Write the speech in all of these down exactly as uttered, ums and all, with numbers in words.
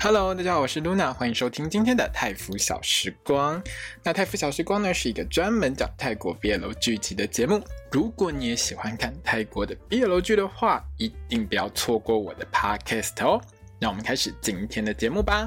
Hello， 大家好，我是 Luna， 欢迎收听今天的泰服小时光。那泰服小时光呢，是一个专门讲泰国 B L 剧集的节目。如果你也喜欢看泰国的 B L 剧的话，一定不要错过我的 Podcast 哦。那我们开始今天的节目吧。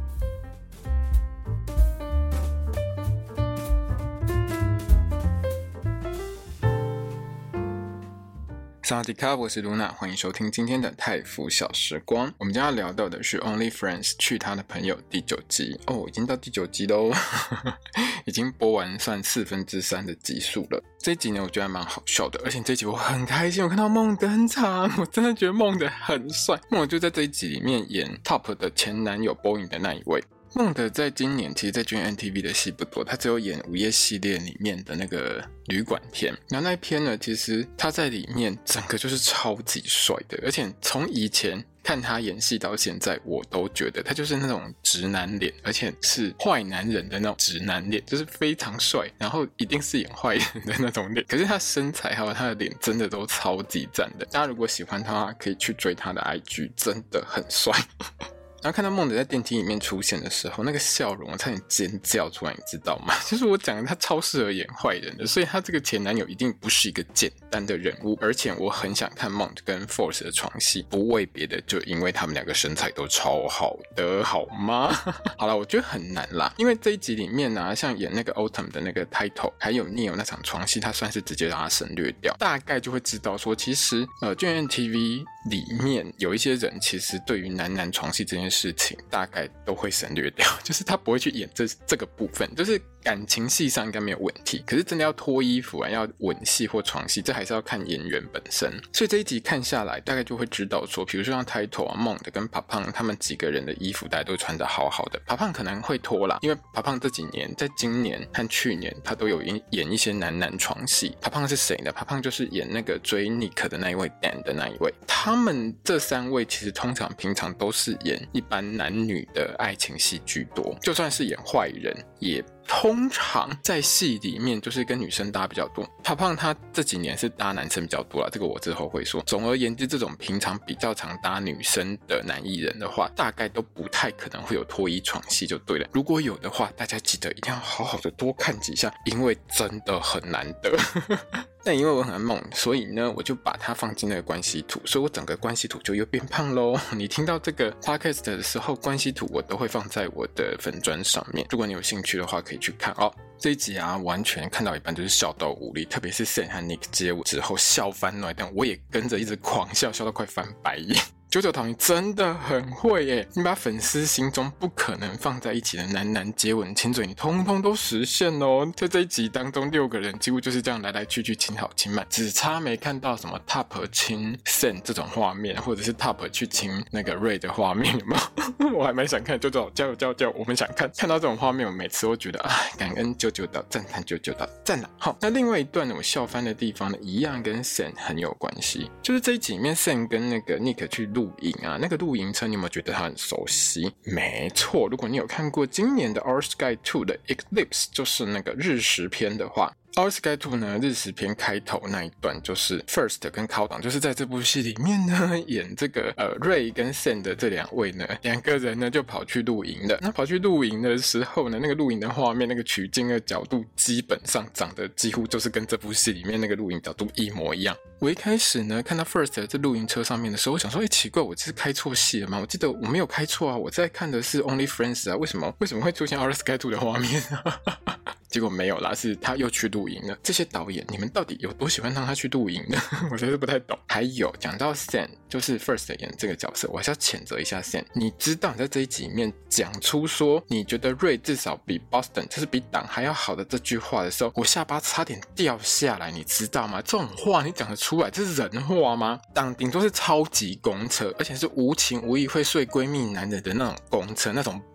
萨瓦迪卡，我是 Luna， 欢迎收听今天的泰服小时光。我们将要聊到的是 Only Friends 去他的朋友第九集哦，已经到第九集喽已经播完算四分之三的集数了。这一集呢，我觉得还蛮好笑的，而且这一集我很开心，我看到孟德很长，我真的觉得孟德很帅。孟德就在这一集里面演 Top 的前男友 Boeing 的那一位。孟德在今年其实在 J N T V 的戏不多，他只有演午夜系列里面的那个旅馆篇，然后那一篇呢，其实他在里面整个就是超级帅的，而且从以前看他演戏到现在，我都觉得他就是那种直男脸，而且是坏男人的那种直男脸，就是非常帅，然后一定是演坏人的那种脸。可是他身材还有他的脸真的都超级赞的，大家如果喜欢他的话，可以去追他的 I G， 真的很帅然后看到孟德在电梯里面出现的时候，那个笑容我差点尖叫出来，你知道吗？就是我讲的他超适合演坏人的，所以他这个前男友一定不是一个简单的人物，而且我很想看孟德跟 Force 的床戏，不为别的，就因为他们两个身材都超好的，好吗？好了，我觉得很难啦，因为这一集里面啊，像演那个 Autumn 的那个 Title， 还有 Neil 那场床戏，他算是直接让他省略掉，大概就会知道说，其实呃 J N T V 里面有一些人其实对于男男床戏这件事情大概都会省略掉，就是他不会去演这这个部分，就是感情戏上应该没有问题，可是真的要脱衣服啊，要吻戏或床戏，这还是要看演员本身。所以这一集看下来，大概就会知道说，比如说像 Title 啊、孟德跟帕胖他们几个人的衣服，大家都穿得好好的。帕胖可能会脱啦，因为帕胖这几年，在今年和去年，他都有演一些男男床戏。帕胖是谁呢？帕胖就是演那个追 Nick 的那一位 Dan 的那一位。他们这三位其实通常平常都是演一般男女的爱情戏居多，就算是演坏人也通常在戏里面就是跟女生搭比较多。胖胖他这几年是搭男生比较多啦，这个我之后会说。总而言之，这种平常比较常搭女生的男艺人的话，大概都不太可能会有脱衣床戏就对了。如果有的话，大家记得一定要好好的多看几下，因为真的很难得但因为我很爱梦，所以呢，我就把它放进那个关系图，所以我整个关系图就又变胖咯。你听到这个 podcast 的时候，关系图我都会放在我的粉专上面，如果你有兴趣的话可以去看哦。这一集啊，完全看到一半就是笑到无力，特别是 Sam 和 Nick 接吻之后笑翻了，但我也跟着一直狂笑，笑到快翻白眼。九九桃你真的很会耶，你把粉丝心中不可能放在一起的男男接吻亲嘴，你通通都实现哦。在这一集当中，六个人几乎就是这样来来去去亲好亲慢，只差没看到什么 Top 亲 Sam 这种画面，或者是 Top 去亲那个 Ray 的画面，有没有？我还蛮想看，九九加油加油加油，我们想看。看到这种画面，我每次都觉得哎，感恩九九岛，赞叹九九岛，赞了。好，那另外一段呢，我笑翻的地方呢，一样跟 Sam 很有关系，就是这一集里面 Sam 跟那个 Nick 去露营啊，那个露营车你有没有觉得它很熟悉？没错，如果你有看过今年的 Our Sky 二的 Eclipse， 就是那个日食篇的话， Our Sky 二呢，日食篇开头那一段就是 First 跟 Countdown， 就是在这部戏里面呢演这个呃 Ray 跟 Sam 的这两位呢，两个人呢就跑去露营了。那跑去露营的时候呢，那个露营的画面，那个取景的角度基本上长得几乎就是跟这部戏里面那个露营角度一模一样。我一开始呢看到 First 在露营车上面的时候，我想说，哎，奇怪，我这是开错戏了吗？我记得我没有开错啊，我在看的是 Only Friends 啊，为什么为什么会出现 Our Sky 二的画面啊？结果没有啦，是他又去露营了。这些导演，你们到底有多喜欢让他去露营呢？我真是不太懂。还有讲到 Sam， 就是 First 演这个角色，我还是要谴责一下 Sam。你知道你在这一集里面讲出说你觉得 Ray 至少比 Boston， 就是比党还要好的这句话的时候，我下巴差点掉下来，你知道吗？这种话你讲得出来，这是人话吗？党顶多是超级公车，而且是无情无义会睡闺蜜男人的那种公车，那种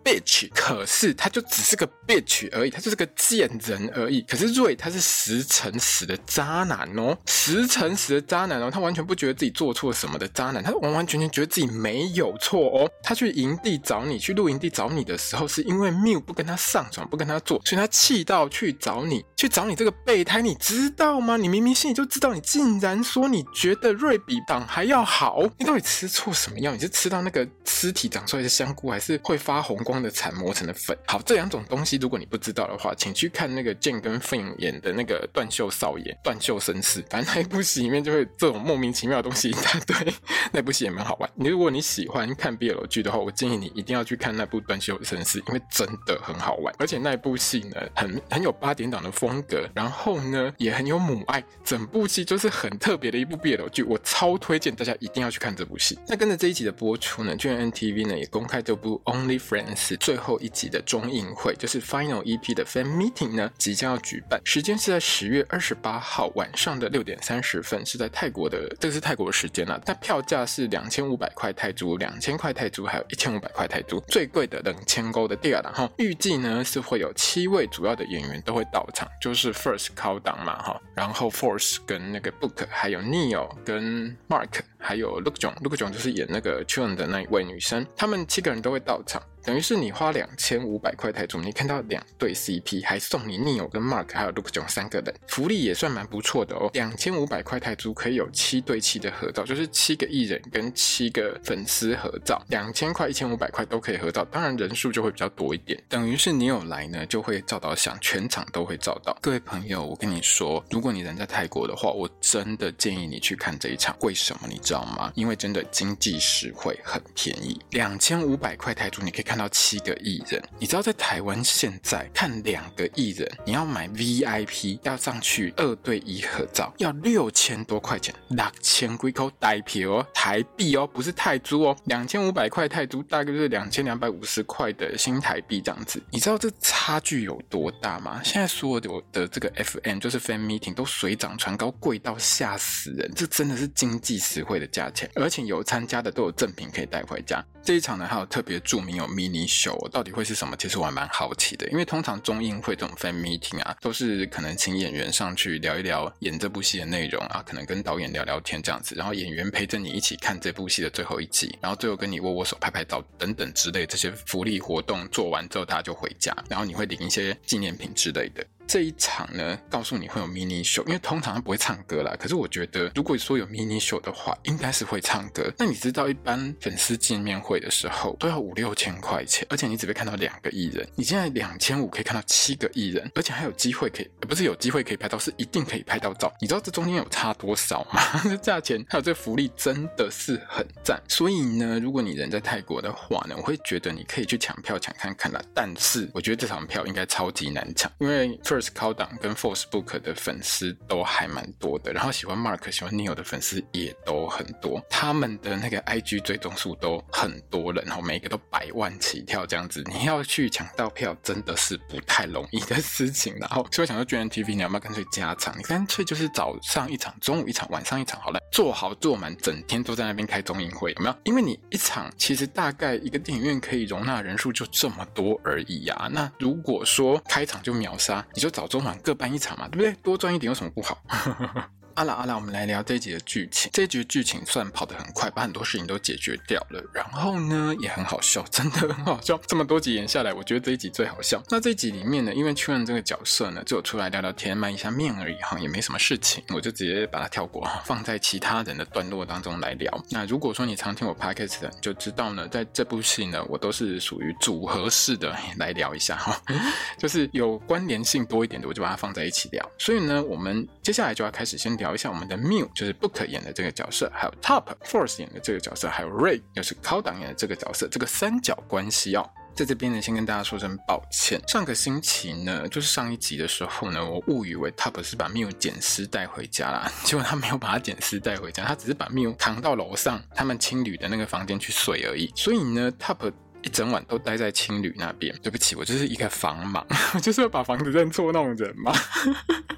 bitch， 可是他就只是个 bitch 而已，他就是个贱人而已。可是瑞他是十乘十的渣男哦，十乘十的渣男哦，他完全不觉得自己做错什么的渣男，他完完全全觉得自己没有错哦。他去营地找你，去露营地找你的时候，是因为 Miu 不跟他上床，不跟他做，所以他气到去找你，去找你这个备胎，你知道吗？你明明心里就知道，你竟然说你觉得瑞比党还要好，你到底吃错什么药？你是吃到那个尸体长出来的香菇，还是会发红光的蚕磨成的粉？好，这两种东西如果你不知道的话，请去看那个 Jane 跟 Finn 演的那个断袖少爷断袖绅士，反正那一部戏里面就会这种莫名其妙的东西一大堆，那部戏也蛮好玩。如果你喜欢看 B L 剧的话，我建议你一定要去看那部断袖绅士，因为真的很好玩，而且那部戏呢很很有八点档的风格，然后呢也很有母爱，整部戏就是很特别的一部 B L 剧，我超推荐大家一定要去看这部戏。那跟着这一集的播出呢，居然 N T V 呢也公开这部 Only Friends 最后一集的中映会，就是 Final E P 的 Fan Meeting 呢即将要举办，时间是在十月二十八号晚上的六点三十分，是在泰国的，这个是泰国的时间啦。但票价是两千五百块泰铢、两千块泰铢还有一千五百块泰铢，最贵的两千勾的第二档哈。预计呢是会有七位主要的演员都会到场，就是 First 高档嘛哈，然后 Force 跟那个 Book 还有 Neo 跟 Mark 还有 Look Jong Look Jong 就是演那个 Chun 的那一位女生，他们七个人都会到场。等于是你花两千五百块泰铢，你看到两对 C P， 还送你 Neo 跟 Mark 还有 Look Jong 三个人，福利也算蛮不错的哦。两千五百块泰铢可以有七对七的合照，就是七个艺人跟七个粉丝合照，两千块、一千五百块都可以合照，当然人数就会比较多一点。等于是你有来呢，就会照到响，全场都会照到。各位朋友，我跟你说，如果你人在泰国的话，我真的建议你去看这一场。为什么你知道吗？因为真的经济实惠，很便宜，两千五百块泰铢你可以看到七个艺人。你知道在台湾现在看两个艺人，你要买 V I P 要上去二对一合照，要六千多块钱，六千几块台币哦，台币哦，不是泰铢哦，两千五百块泰铢大概就是两千两百五十块的新台币这样子。你知道这差距有多大吗？现在所有的的这个 F M 就是 Fan Meeting 都水涨船高，贵到吓死人，这真的是经济实惠的价钱，而且有参加的都有赠品可以带回家。这一场呢还有特别注明有 mini show， 到底会是什么？其实我还蛮好奇的，因为通常中映会这种 fan meeting 啊，都是可能请演员上去聊一聊演这部戏的内容啊，可能跟导演聊聊天这样子，然后演员陪着你一起看这部戏的最后一集，然后最后跟你握握手、拍拍照等等之类这些福利活动做完之后，大家就回家，然后你会领一些纪念品之类的。这一场呢告诉你会有 mini show， 因为通常不会唱歌啦，可是我觉得如果说有 mini show 的话应该是会唱歌。那你知道一般粉丝见面会的时候都要五六千块钱，而且你只会看到两个艺人，你现在两千五可以看到七个艺人，而且还有机会可以，不是有机会可以拍到，是一定可以拍到照。你知道这中间有差多少吗？这价钱还有这福利真的是很赞。所以呢如果你人在泰国的话呢，我会觉得你可以去抢票抢看看啦，但是我觉得这场票应该超级难抢，因为First 高档跟 Force Book 的粉丝都还蛮多的，然后喜欢 Mark 喜欢 Neo 的粉丝也都很多，他们的那个 I G 追踪数都很多人，然后每个都百万起跳这样子，你要去抢到票真的是不太容易的事情。然后所以我想说 G N T V 你要不要干脆加场，你干脆就是早上一场、中午一场、晚上一场好了，做好做满，整天都在那边开中映会，有没有？因为你一场其实大概一个电影院可以容纳人数就这么多而已啊，那如果说开场就秒杀，你就早中晚各办一场嘛，对不对？多赚一点有什么不好？阿啦阿啦，我们来聊这一集的剧情。这一集的剧情算跑得很快，把很多事情都解决掉了，然后呢也很好笑，真的很好笑。这么多集演下来，我觉得这一集最好笑。那这一集里面呢，因为Chun这个角色呢，就有出来聊聊天、卖一下面而已哈，也没什么事情，我就直接把它跳过，放在其他人的段落当中来聊。那如果说你常听我 podcast 的，你就知道呢，在这部戏呢，我都是属于组合式的来聊一下哈，就是有关联性多一点的，我就把它放在一起聊。所以呢，我们接下来就要开始先聊一下我们的 Miu， 就是 Book 演的这个角色，还有 Top Force 演的这个角色，还有 Ray 就是高档演的这个角色，这个三角关系哦。在这边呢，先跟大家说声抱歉。上个星期呢，就是上一集的时候呢，我误以为 Top 是把 Miu 捡尸带回家啦，结果他没有把他捡尸带回家，他只是把 Miu 扛到楼上他们青旅的那个房间去睡而已。所以呢 Top一整晚都待在青旅那边。对不起，我就是一个房盲，我就是要把房子认错那种人嘛。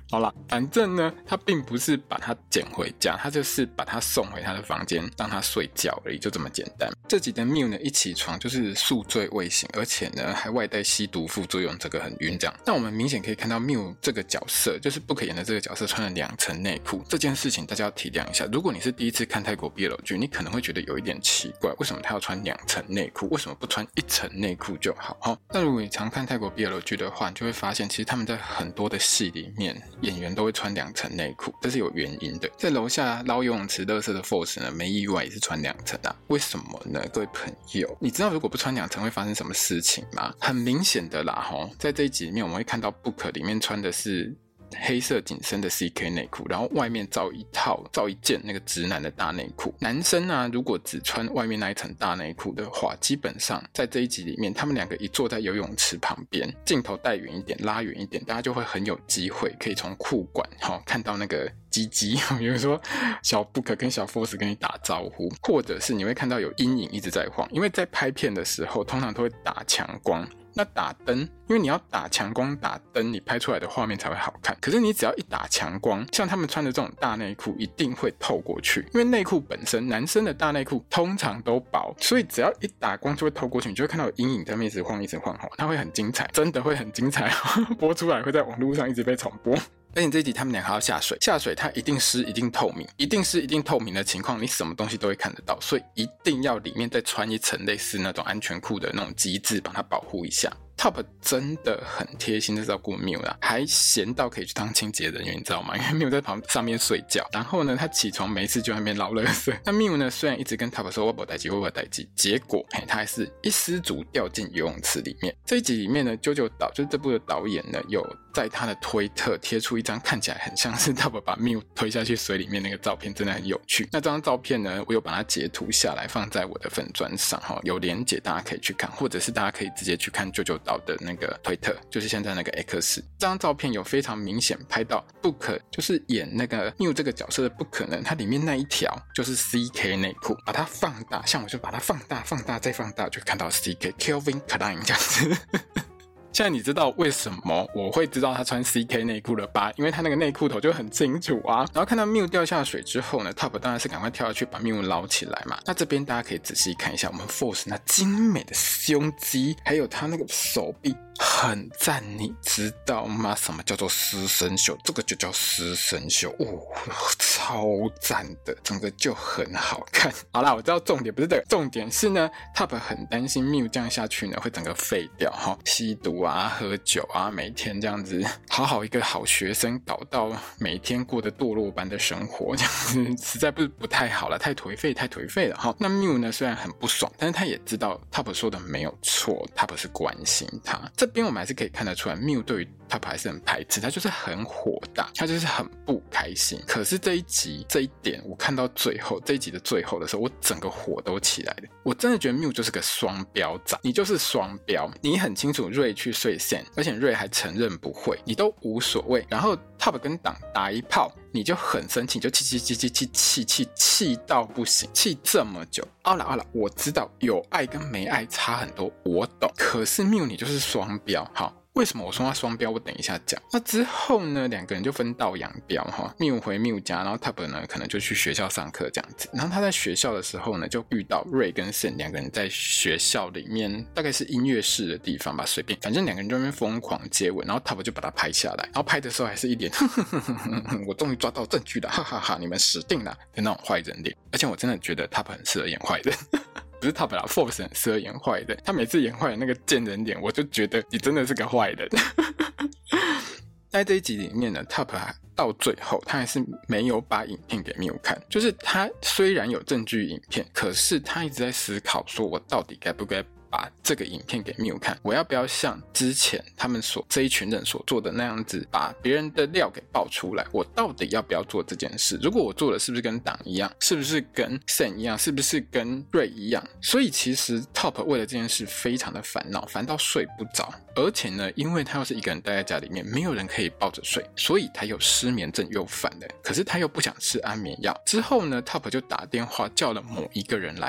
好啦，反正呢他并不是把他捡回家，他就是把他送回他的房间让他睡觉而已，就这么简单。这集的 Mew 呢一起床就是宿醉未醒，而且呢还外带吸毒副作用，这个很晕这样。但我们明显可以看到 Mew 这个角色，就是不可言的这个角色穿了两层内裤，这件事情大家要体谅一下。如果你是第一次看泰国 B L 剧，你可能会觉得有一点奇怪，为什么他要穿两层内裤，为什么不穿一层内裤就好、哦、但如果你常看泰国 B L 剧的话，你就会发现其实他们在很多的戏里面演员都会穿两层内裤，这是有原因的。在楼下捞游泳池垃圾的 Force 呢，没意外也是穿两层啊，为什么呢？各位朋友，你知道如果不穿两层会发生什么事情吗？很明显的啦齁，在这一集里面我们会看到 Book 里面穿的是黑色紧身的 C K 内裤，然后外面罩一套罩一件那个直男的大内裤。男生啊如果只穿外面那一层大内裤的话，基本上在这一集里面他们两个一坐在游泳池旁边，镜头带远一点拉远一点，大家就会很有机会可以从裤管、哦、看到那个鸡鸡，比如说小 Book 跟小 Force 跟你打招呼，或者是你会看到有阴影一直在晃，因为在拍片的时候通常都会打强光，那打灯，因为你要打强光打灯，你拍出来的画面才会好看。可是你只要一打强光，像他们穿的这种大内裤一定会透过去，因为内裤本身男生的大内裤通常都薄，所以只要一打光就会透过去，你就会看到有阴影在那边一直晃一直晃，它会很精彩，真的会很精彩播出来会在网络上一直被重播。而且这一集他们俩还要下水，下水它一定湿一定透明，一定湿一定透明的情况，你什么东西都会看得到，所以一定要里面再穿一层类似那种安全裤的那种机制把它保护一下。Top 真的很贴心的照顾 Mew 啦，还闲到可以去当清洁人员，你知道吗？因为 Mew 在旁上面睡觉，然后呢他起床没事就在那边捞垃圾。那 Mew 呢虽然一直跟 Top 说我没代志我没代志，结果他还是一失足掉进游泳池里面。这一集里面呢啾啾导就是这部的导演呢有在他的推特贴出一张看起来很像是 Top 把 Mew 推下去水里面那个照片，真的很有趣。那这张照片呢我有把它截图下来放在我的粉专上，有连结大家可以去看，或者是大家可以直接去看啾啾导的那个推特，就是现在那个 X。 这张照片有非常明显拍到 Book 就是演那个 Mew 这个角色的不可能，它里面那一条就是 C K 内裤，把它放大，像我就把它放大放大再放大，就看到 C K Calvin Klein 这样子现在你知道为什么我会知道他穿 C K 内裤了吧？因为他那个内裤头就很清楚啊。然后看到 Mew 掉下水之后呢 Top 当然是赶快跳下去把 Mew 捞起来嘛。那这边大家可以仔细看一下我们 Force 那精美的胸肌，还有他那个手臂很赞，你知道吗？什么叫做湿身秀？这个就叫湿身秀哦，超赞的，整个就很好看。好啦，我知道重点不是这个，重点是呢 Top 很担心 Mew 这样下去呢会整个废掉齁，吸毒啊喝酒啊，每天这样子好好一个好学生搞到每天过得堕落般的生活，这样子实在不是不太好了，太颓废太颓废了齁。那 Mew 呢虽然很不爽，但是他也知道 Top 说的没有错， Top 是关心他。这边我们还是可以看得出来 Mew 对于 Top 还是很排斥，他就是很火大，他就是很不开心。可是这一集这一点我看到最后，这一集的最后的时候我整个火都起来了。我真的觉得 Mew 就是个双标仔，你就是双标，你很清楚Ray去睡 Sen， 而且 Ray 还承认不会，你都无所谓，然后 Top 跟党打一炮你就很生气，你就气气气气气气气气到不行，气这么久。好啦好啦，我知道有爱跟没爱差很多，我懂，可是 Mew 你就是双标。好，为什么我说他双标？我等一下讲。那之后呢，两个人就分道扬镳哈。Mew 回 Mew 家，然后 Top 呢可能就去学校上课这样子。然后他在学校的时候呢，就遇到 Ray 跟 Sen 两个人在学校里面，大概是音乐室的地方吧，随便，反正两个人在那边疯狂接吻，然后 Top 就把他拍下来，然后拍的时候还是一脸我终于抓到证据了，哈哈哈，你们死定了的那种坏人脸。而且我真的觉得 Top 很适合演坏人。不是 Top 啦 Force 很适合演坏人，他每次演坏人那个贱人脸，我就觉得你真的是个坏人。在这一集里面呢 Top 到最后他还是没有把影片给 Mew 看，就是他虽然有证据影片，可是他一直在思考说我到底该不该把这个影片给 Mew 看，我要不要像之前他们所这一群人所做的那样子把别人的料给爆出来，我到底要不要做这件事？如果我做了是不是跟党一样，是不是跟 Sen 一样，是不是跟 Ray 一样？所以其实 Top 为了这件事非常的烦恼，烦到睡不着，而且呢因为他又是一个人待在家里面，没有人可以抱着睡，所以他有失眠症又烦了，可是他又不想吃安眠药。之后呢 Top 就打电话叫了某一个人来陪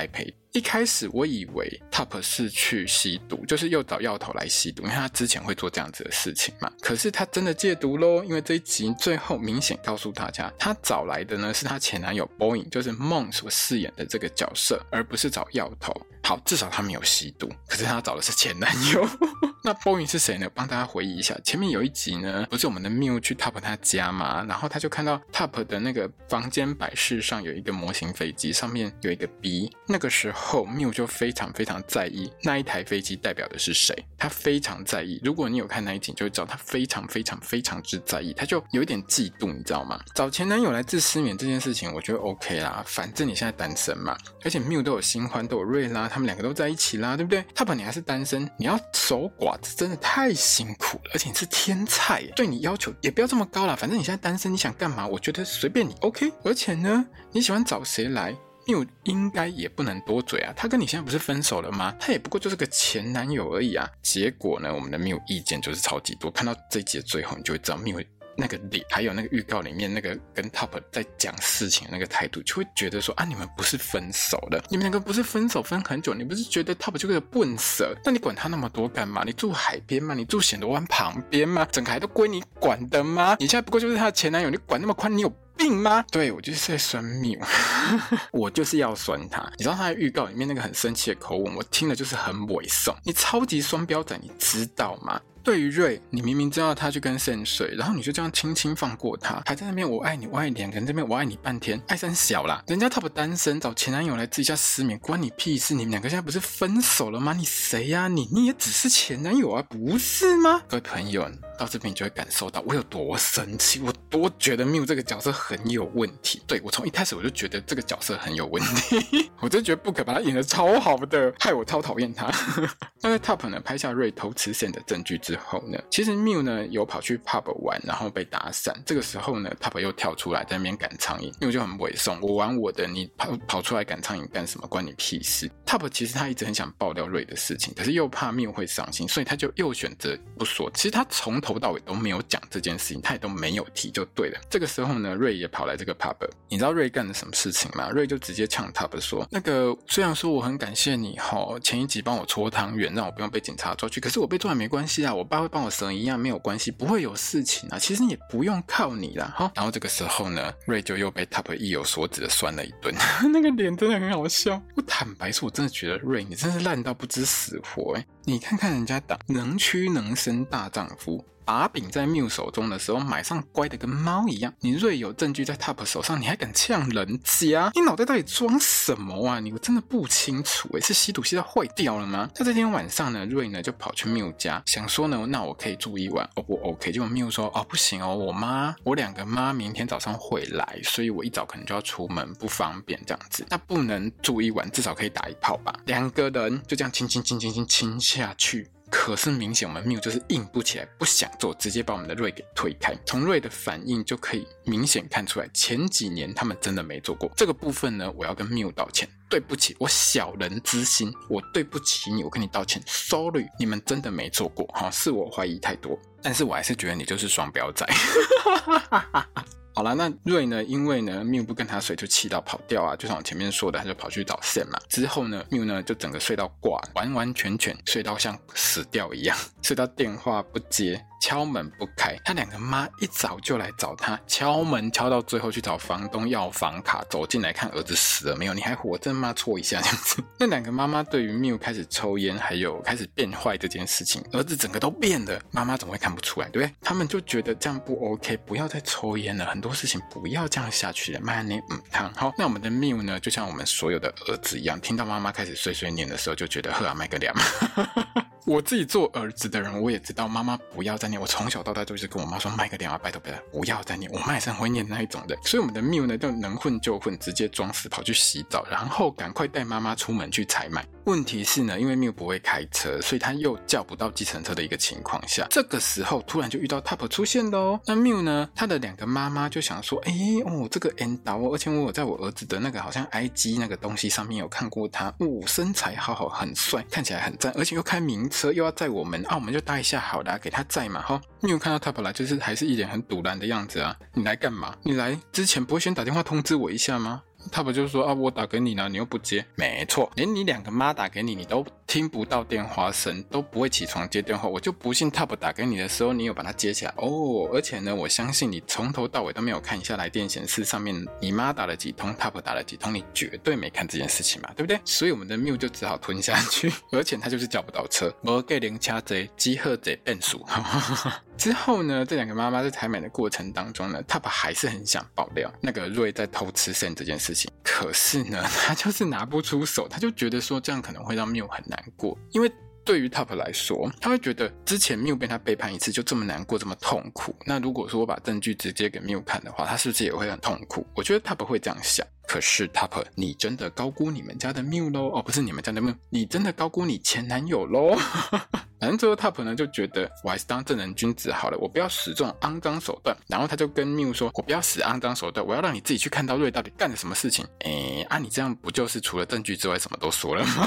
一开始我以为 Top 是去吸毒，就是又找药头来吸毒，因为他之前会做这样子的事情嘛。可是他真的戒毒咯，因为这一集最后明显告诉大家，他找来的呢是他前男友 Boeing， 就是梦所饰演的这个角色，而不是找药头。好，至少他没有吸毒，可是他找的是前男友。那 Boeing 是谁呢？帮大家回忆一下，前面有一集呢，不是我们的 Mew 去 Top 他家嘛，然后他就看到 Top 的那个房间摆饰上有一个模型飞机，上面有一个 B， 那个时候 Mew 就非常非常在意那一台飞机代表的是谁，他非常在意。如果你有看那一集，就会知道他非常非常非常之在意，他就有一点嫉妒，你知道吗？找前男友来治失眠这件事情，我觉得 OK 啦，反正你现在单身嘛，而且 Mew 都有新欢，都有瑞拉，他们两个都在一起啦，对不对？ Top 你还是单身，你要守寡，这真的太辛苦了，而且你是天菜，对你要求也不要这么高啦，反正你现在单身，你想干嘛？我觉得随便你 OK。 而且呢，你喜欢找谁来Mew 应该也不能多嘴啊，他跟你现在不是分手了吗？他也不过就是个前男友而已啊。结果呢，我们的 Mew 意见就是超级多，看到这一集的最后，你就会知道 Mew 那个脸，还有那个预告里面那个跟 Top 在讲事情的那个态度，就会觉得说啊，你们不是分手了，你们两个不是分手分很久，你不是觉得 Top 就是个笨蛇，那你管他那么多干嘛？你住海边吗？你住显罗湾旁边吗？整个海都归你管的吗？你现在不过就是他的前男友，你管那么宽，你有病吗？对，我就是在酸Mew。我就是要酸他。你知道他在预告里面那个很生气的口吻，我听了就是很猥琐，你超级双标仔，你知道吗？对于瑞，你明明知道他去跟 Sam 睡，然后你就这样轻轻放过他，还在那边我爱你我爱你，两个人这边我爱你半天，爱三小啦。人家 Top 单身找前男友来治一下失眠，关你屁事？你们两个现在不是分手了吗？你谁呀、啊？你你也只是前男友啊，不是吗？各位朋友，到这边你就会感受到我有多生气，我多觉得 Mew 这个角色很有问题。对，我从一开始我就觉得这个角色很有问题，我真觉得不可把他演得超好的，害我超讨厌他。那在 Top 呢拍下瑞偷吃 Sam 的证据之后呢，其实 Mew 呢有跑去 pub 玩，然后被打散。这个时候呢 Top 又跳出来在那边赶苍蝇， Mew 就很猥琐，我玩我的，你 跑, 跑出来赶苍蝇干什么？关你屁事。 Top 其实他一直很想爆料瑞的事情，可是又怕 Mew 会伤心，所以他就又选择不说。其实他从头到尾都没有讲这件事情，他也都没有提就对了。这个时候呢，瑞也跑来这个 pub， 你知道瑞干了什么事情吗？瑞就直接呛 Top 说，那个虽然说我很感谢你齁，前一集帮我搓汤圆让我不用被警察抓去，可是我被抓也没关系啊，我爸会帮我蛇一样，没有关系，不会有事情啊，其实也不用靠你啦齁。然后这个时候呢，瑞就又被 Top 意有所指的酸了一顿，那个脸真的很好笑。我坦白说，我真的觉得瑞你真是烂到不知死活欸。你看看人家党能屈能伸大丈夫，把柄在 Mew 手中的时候，马上乖得跟猫一样。你瑞有证据在 Top 手上，你还敢呛人家？你脑袋到底装什么啊？你我真的不清楚欸，是吸毒吸到坏掉了吗？那这天晚上呢，瑞呢就跑去 Mew 家，想说呢，那我可以住一晚 ，O 不 OK？ 结果 Mew 说，哦不行哦，我妈，我两个妈明天早上会来，所以我一早可能就要出门，不方便这样子。那不能住一晚，至少可以打一炮吧？两个人就这样亲亲亲亲亲亲下去。可是明显我们 Mew 就是硬不起来，不想做，直接把我们的瑞给推开。从瑞的反应就可以明显看出来，前几年他们真的没做过这个部分呢。我要跟 Mew 道歉，对不起，我小人之心，我对不起你，我跟你道歉 ，sorry， 你们真的没做过，哈，是我怀疑太多，但是我还是觉得你就是双标仔。好啦，那瑞呢？因为呢 Mew 不跟他睡，就气到跑掉啊！就像我前面说的，他就跑去找 Sam 嘛。之后呢 ，Mew 呢就整个睡到挂，完完全全睡到像死掉一样，睡到电话不接，敲门不开。他两个妈一早就来找他，敲门敲到最后去找房东要房卡，走进来看儿子死了没有，你还活着吗？戳一下这样子。那两个妈妈对于 Mew 开始抽烟，还有开始变坏这件事情，儿子整个都变了，妈妈怎么会看不出来，对不对？他们就觉得这样不 OK， 不要再抽烟了，很多事情不要这样下去了，慢点嗯汤。好，那我们的 Mew 呢，就像我们所有的儿子一样，听到妈妈开始碎碎念的时候，就觉得呵啊，卖个凉。我自己做儿子的人，我也知道妈妈不要再念。我从小到大都是跟我妈说，卖个凉啊，拜托拜托，不要再念。我妈也是很会念那一种的，所以我们的 Mew 呢，就能混就混，直接装死跑去洗澡，然后赶快带妈妈出门去采买。问题是呢，因为 Mew 不会开车，所以他又叫不到计程车的一个情况下，这个时候突然就遇到 Top 出现了哦。那 Mew 呢，他的两个妈妈就想说，哎哦，这个 N 导哦，而且我有在我儿子的那个好像 I G 那个东西上面有看过他，哦，身材好好，很帅，看起来很赞，而且又开名车，又要载我们啊，我们就搭一下好啦，给他载嘛哈。Mew 看到 Top 来，就是还是一脸很堵然的样子啊，你来干嘛？你来之前不会先打电话通知我一下吗？ Top 就说啊，我打给你呢，你又不接。没错，连你两个妈打给你，你都听不到电话声，都不会起床接电话，我就不信 Top 打给你的时候，你有把它接起来哦。而且呢，我相信你从头到尾都没有看一下来电显示上面你妈打了几通 Top 打了几通，你绝对没看这件事情嘛，对不对？所以我们的 Miu 就只好吞下去，而且他就是叫不到车，没给零掐贼机鹤贼变数。之后呢，这两个妈妈在采买的过程当中呢 Top 还是很想爆料那个瑞在偷吃 Sen 这件事情，可是呢他就是拿不出手，他就觉得说这样可能会让 Miu 很难过，因为对于 Top 来说，他会觉得之前 Miu 被他背叛一次就这么难过这么痛苦，那如果说我把证据直接给 Miu 看的话，他是不是也会很痛苦？我觉得 Top 会这样想。可是 Top 你真的高估你们家的 Miu 咯，哦不是你们家的 Miu， 你真的高估你前男友咯。反正最后 Top 呢就觉得我还是当正人君子好了，我不要使这种肮脏手段，然后他就跟 Miu 说，我不要使肮脏手段，我要让你自己去看到瑞到底干了什么事情。诶啊你这样不就是除了证据之外什么都说了吗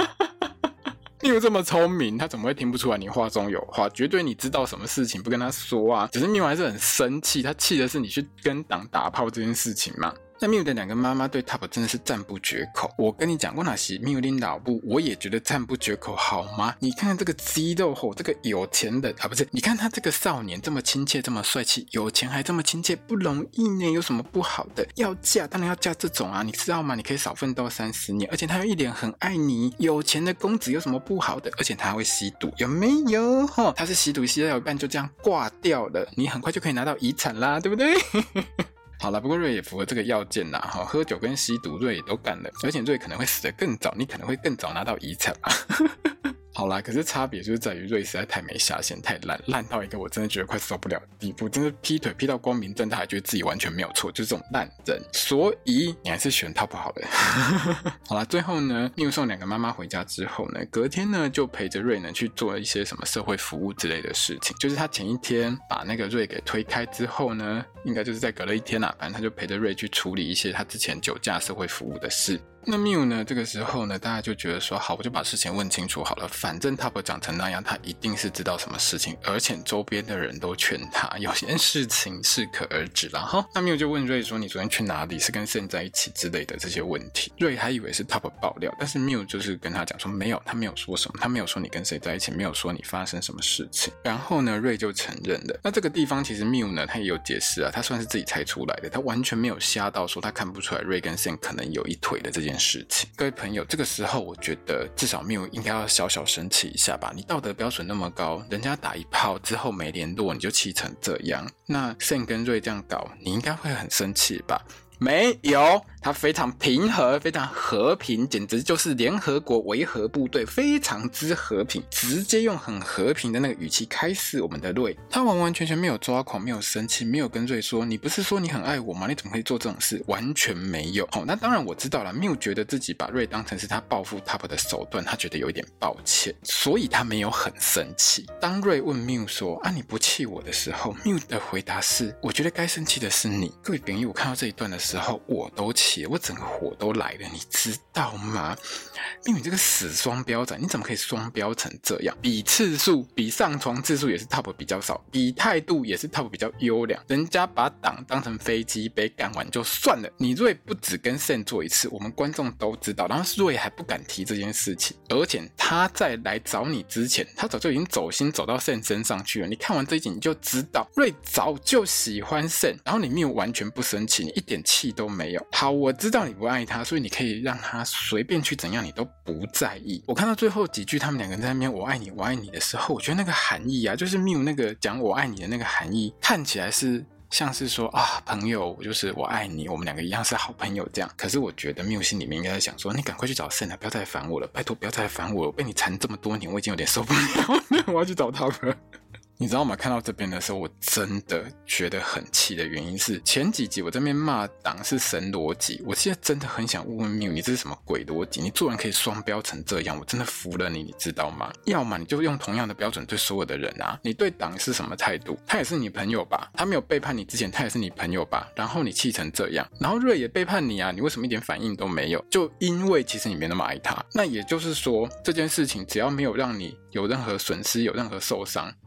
Miu 这么聪明，他怎么会听不出来你话中有话？绝对你知道什么事情不跟他说啊，只是 Miu 还是很生气，他气的是你去跟党打炮这件事情嘛。那 Miu 的两个妈妈对 Top 真的是赞不绝口，我跟你讲过那些 Miu 的老母，我也觉得赞不绝口好吗？你看看这个肌肉吼，这个有钱人啊，不是，你看他这个少年这么亲切这么帅气，有钱还这么亲切，不容易呢，有什么不好的？要嫁当然要嫁这种啊，你知道吗？你可以少奋斗三十年，而且他又一脸很爱你，有钱的公子有什么不好的？而且他还会吸毒，有没有？吼，他是吸毒吸到一半就这样挂掉了，你很快就可以拿到遗产啦，对不对？好了，不过瑞也符合这个要件啦，喝酒跟吸毒瑞也都干了，而且瑞可能会死得更早，你可能会更早拿到遗产吧。好啦，可是差别就是在于瑞实在太没下限，太烂，烂到一个我真的觉得快受不了的地步，真的劈腿劈到光明正大，还觉得自己完全没有错，就是这种烂人。所以你还是选 Top 好了。好啦，最后呢 Miu 送两个妈妈回家之后呢，隔天呢就陪着瑞呢去做一些什么社会服务之类的事情，就是他前一天把那个瑞给推开之后呢，应该就是在隔了一天啦，反正他就陪着瑞去处理一些他之前酒驾社会服务的事。那 Miu 呢这个时候呢，大家就觉得说好，我就把事情问清楚好了，反正 Top 长成那样，他一定是知道什么事情，而且周边的人都劝他有些事情适可而止啦。哈，那 Miu 就问瑞说，你昨天去哪里，是跟 Sen 在一起之类的这些问题。瑞还以为是 Top 爆料，但是 Miu 就是跟他讲说没有，他没有说什么，他没有说你跟谁在一起，没有说你发生什么事情。然后呢瑞就承认了。那这个地方其实 Miu 呢他也有解释啊，他算是自己猜出来的，他完全没有瞎到说他看不出来瑞跟 Sen 可能有一腿的这件事情。各位朋友，这个时候我觉得至少 Miu 应该要小小生气一下吧，你道德标准那么高，人家打一炮之后没联络你就气成这样，那 Sen 跟瑞这样搞你应该会很生气吧。没有，他非常平和，非常和平，简直就是联合国维和部队，非常之和平，直接用很和平的那个语气开始我们的瑞，他完完全全没有抓狂，没有生气，没有跟瑞说你不是说你很爱我吗？你怎么可以做这种事？完全没有。好、哦，那当然我知道了 ，Miu 觉得自己把瑞当成是他报复 Top 的手段，他觉得有一点抱歉，所以他没有很生气。当瑞问 Miu 说啊你不气我的时候 ，Miu 的回答是我觉得该生气的是你。各位朋友，我看到这一段的时候。时候我都气了，我整个火都来了，你知道吗？因为你这个死双标仔，你怎么可以双标成这样？比次数，比上床次数也是 Top 比较少，比态度也是 Top 比较优良。人家把党当成飞机杯干完就算了，你瑞不只跟 Sen 做一次，我们观众都知道，然后瑞还不敢提这件事情，而且他在来找你之前，他早就已经走心走到 Sen 身上去了。你看完这一集你就知道，瑞早就喜欢 Sen， 然后你没有完全不生气，你一点气都没有。好，我知道你不爱他，所以你可以让他随便去怎样，你都不在意。我看到最后几句他们两个人在那边我爱你我爱你的时候，我觉得那个含义啊，就是 Miu 那个讲我爱你的那个含义，看起来是像是说啊，朋友，就是我爱你，我们两个一样是好朋友这样。可是我觉得 Miu 心里面应该在想说，你赶快去找 Sen 了，不要再烦我了，拜托不要再烦我了，我被你缠这么多年，我已经有点受不了了，我要去找他了。你知道吗？看到这边的时候，我真的觉得很气的原因是，前几集我在那边骂党是神逻辑，我现在真的很想问问 Miu， 你这是什么鬼逻辑？你做人可以双标成这样，我真的服了你，你知道吗？要么你就用同样的标准对所有的人啊，你对党是什么态度？他也是你朋友吧？他没有背叛你之前，他也是你朋友吧？然后你气成这样，然后瑞也背叛你啊，你为什么一点反应都没有？就因为其实你没那么爱他，那也就是说这件事情只要没有让你有任何损失，有任何受伤，你就可以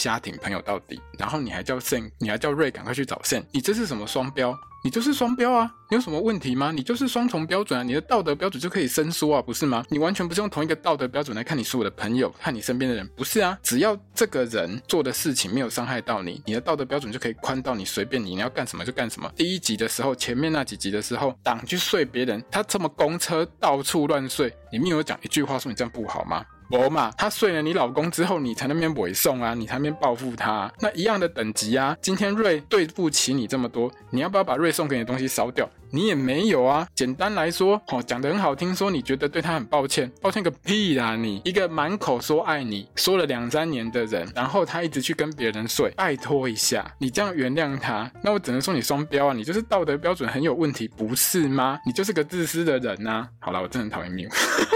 瞎挺朋友到底，然后你还叫 Sam 你还叫 Ray 赶快去找 Sam， 你这是什么双标？你就是双标啊，你有什么问题吗？你就是双重标准啊，你的道德标准就可以伸缩啊，不是吗？你完全不是用同一个道德标准来看你所有的朋友，看你身边的人，不是啊，只要这个人做的事情没有伤害到你，你的道德标准就可以宽到你随便你，你要干什么就干什么。第一集的时候，前面那几集的时候，党去睡别人，他这么公车到处乱睡，你没有讲一句话说你这样不好吗？没嘛，他睡了你老公之后，你才那边委送啊，你才那边报复他啊，那一样的等级啊。今天瑞对不起你这么多，你要不要把瑞送给你的东西烧掉？你也没有啊。简单来说，哦，讲得很好听，说你觉得对他很抱歉，抱歉个屁啦！你一个满口说爱你，说了两三年的人，然后他一直去跟别人睡，拜托一下，你这样原谅他，那我只能说你双标啊，你就是道德标准很有问题，不是吗？你就是个自私的人啊。好啦，我真的很讨厌 Mew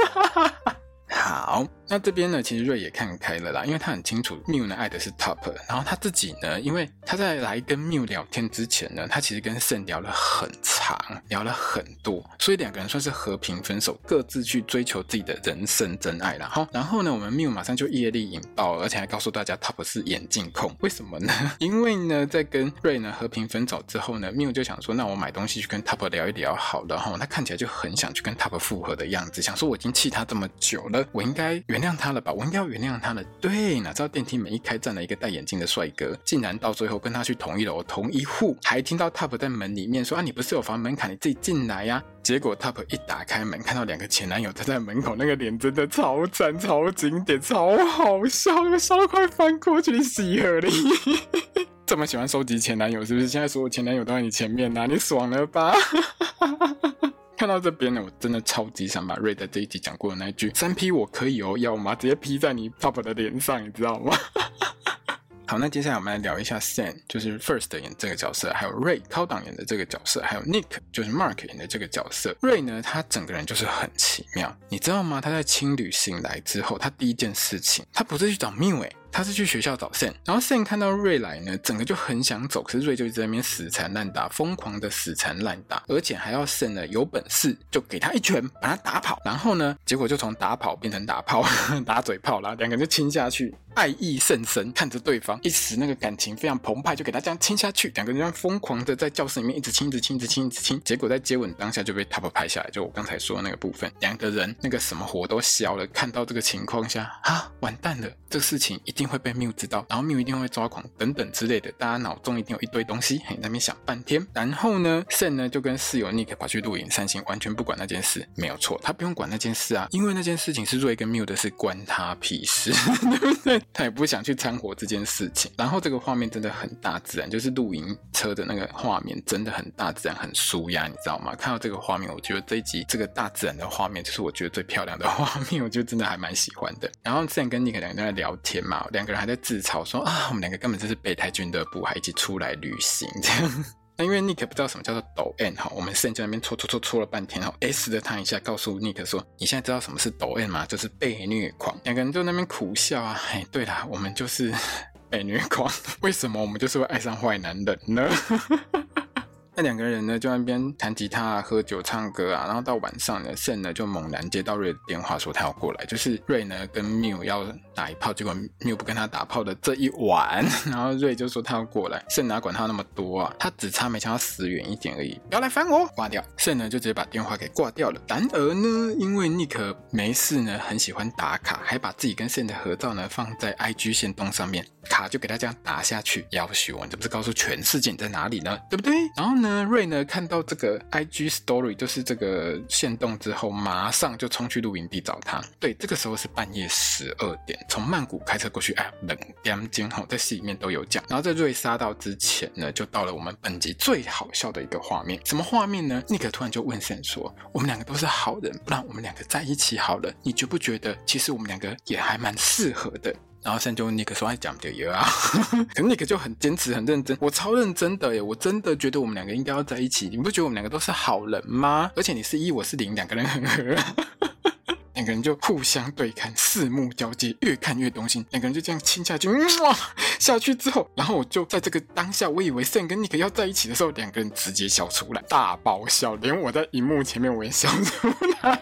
好，那这边呢，其实瑞也看开了啦，因为他很清楚 Mew 呢爱的是 Top， 然后他自己呢，因为他在来跟 Mew 聊天之前呢，他其实跟 Sam 聊了很长，聊了很多，所以两个人算是和平分手，各自去追求自己的人生真爱啦。好，然后呢，我们 Mew 马上就业力引爆，而且还告诉大家 Top 是眼镜控，为什么呢？因为呢，在跟瑞呢和平分手之后呢 ，Mew 就想说，那我买东西去跟 Top 聊一聊好了，哈，他看起来就很想去跟 Top 复合的样子，想说我已经气他这么久了，我应该原谅他了吧，我应该要原谅他了。对，哪知道电梯门一开站了一个戴眼镜的帅哥，竟然到最后跟他去同一楼同一户，还听到 Top 在门里面说啊，你不是有防门槛，你自己进来呀、啊。结果 Top 一打开门，看到两个前男友站在门口，那个脸真的超赞、超经典、超好笑，笑到快翻过去洗河里。这么喜欢收集前男友是不是？现在所有前男友都在你前面啊，你爽了吧？看到这边呢，我真的超级想把瑞在这一集讲过的那一句三 P 我可以哦，要吗？直接 P 在你 Top 的脸上，你知道吗？好，那接下来我们来聊一下 Sam， 就是 First 演的这个角色，还有 Ray 高档演的这个角色，还有 Nick 就是 Mark 演的这个角色。Ray 呢，他整个人就是很奇妙，你知道吗？他在青旅醒来之后，他第一件事情，他不是去找 Mew 欸，他是去学校找 Sam， 然后 Sam 看到瑞来呢，整个就很想走，可是瑞就一直在那边死缠烂打，疯狂的死缠烂打，而且还要 Sam 呢有本事就给他一拳把他打跑，然后呢，结果就从打跑变成打炮，打嘴炮啦，两个人就亲下去，爱意甚深，看着对方，一时那个感情非常澎湃，就给他这样亲下去，两个人这样疯狂的在教室里面一直亲，一直亲，一直亲，一直亲，结果在接吻当下就被 Top 拍下来，就我刚才说的那个部分，两个人那个什么火都消了，看到这个情况下啊，完蛋了，这个事情一定会被 Mew 知道，然后 Mew 一定会抓狂等等之类的，大家脑中一定有一堆东西，嘿，在那边想半天。然后呢 Sam 呢就跟室友 Nick 跑去露营散心，完全不管那件事，没有错，他不用管那件事啊，因为那件事情是瑞跟 Mew 的事，关他屁事，对不对？他也不想去掺和这件事情。然后这个画面真的很大自然，就是露营车的那个画面真的很大自然，很舒压，你知道吗？看到这个画面，我觉得这一集这个大自然的画面就是我觉得最漂亮的画面，我觉得真的还蛮喜欢的。然后 Sam 跟 Nick 两个人在聊天嘛，两个人还在自嘲说啊，我们两个根本就是备胎俱乐部，还一起出来旅行这样。那因为 Nick 不知道什么叫做抖 M 哈，我们 Sam 在那边戳戳戳戳了半天哈 ，S 了他一下，告诉 Nick 说：“你现在知道什么是抖 M 吗？就是被虐狂。”两个人就在那边苦笑啊，嘿，对啦，我们就是被虐狂，为什么我们就是会爱上坏男人呢？那两个人呢就在那边弹吉他啊、喝酒、唱歌啊，然后到晚上呢 ，Sam 呢就猛然接到瑞的电话说他要过来，就是瑞呢跟 Mew 要打一炮，结果 Mew 不跟他打炮的这一晚，然后瑞就说他要过来 ，Sam 哪管他那么多啊，他只差没想要死远一点而已，不要来烦我，挂掉 ，Sam 呢就直接把电话给挂掉了。然而呢，因为 Nick 没事呢，很喜欢打卡，还把自己跟 Sam 的合照呢放在 I G 限动上面，卡就给他这样打下去，要求我，你这不是告诉全世界你在哪里呢？对不对？然后呢？瑞呢看到这个 I G story 就是这个限动之后，马上就冲去露营地找他。对，这个时候是半夜十二点，从曼谷开车过去，哎，冷点钟吼，在戏里面都有讲。然后在瑞杀到之前呢，就到了我们本集最好笑的一个画面。什么画面呢？ Nick 突然就问 Sam 说：“我们两个都是好人，不然我们两个在一起好了，你觉不觉得其实我们两个也还蛮适合的？”然后 Sam 就问 Nick 说：“哎，讲不对啊？”可是 Nick 就很坚持、很认真，我超认真的耶，我真的觉得我们两个应该要在一起。你不觉得我们两个都是好人吗？而且你是一，我是零，两个人很合。两个人就互相对看，四目交接，越看越动心。两个人就这样亲下去，哇！下去之后，然后我就在这个当下，我以为 Sam 跟 Nick 要在一起的时候，两个人直接笑出来，大爆笑，连我在荧幕前面我也笑出来。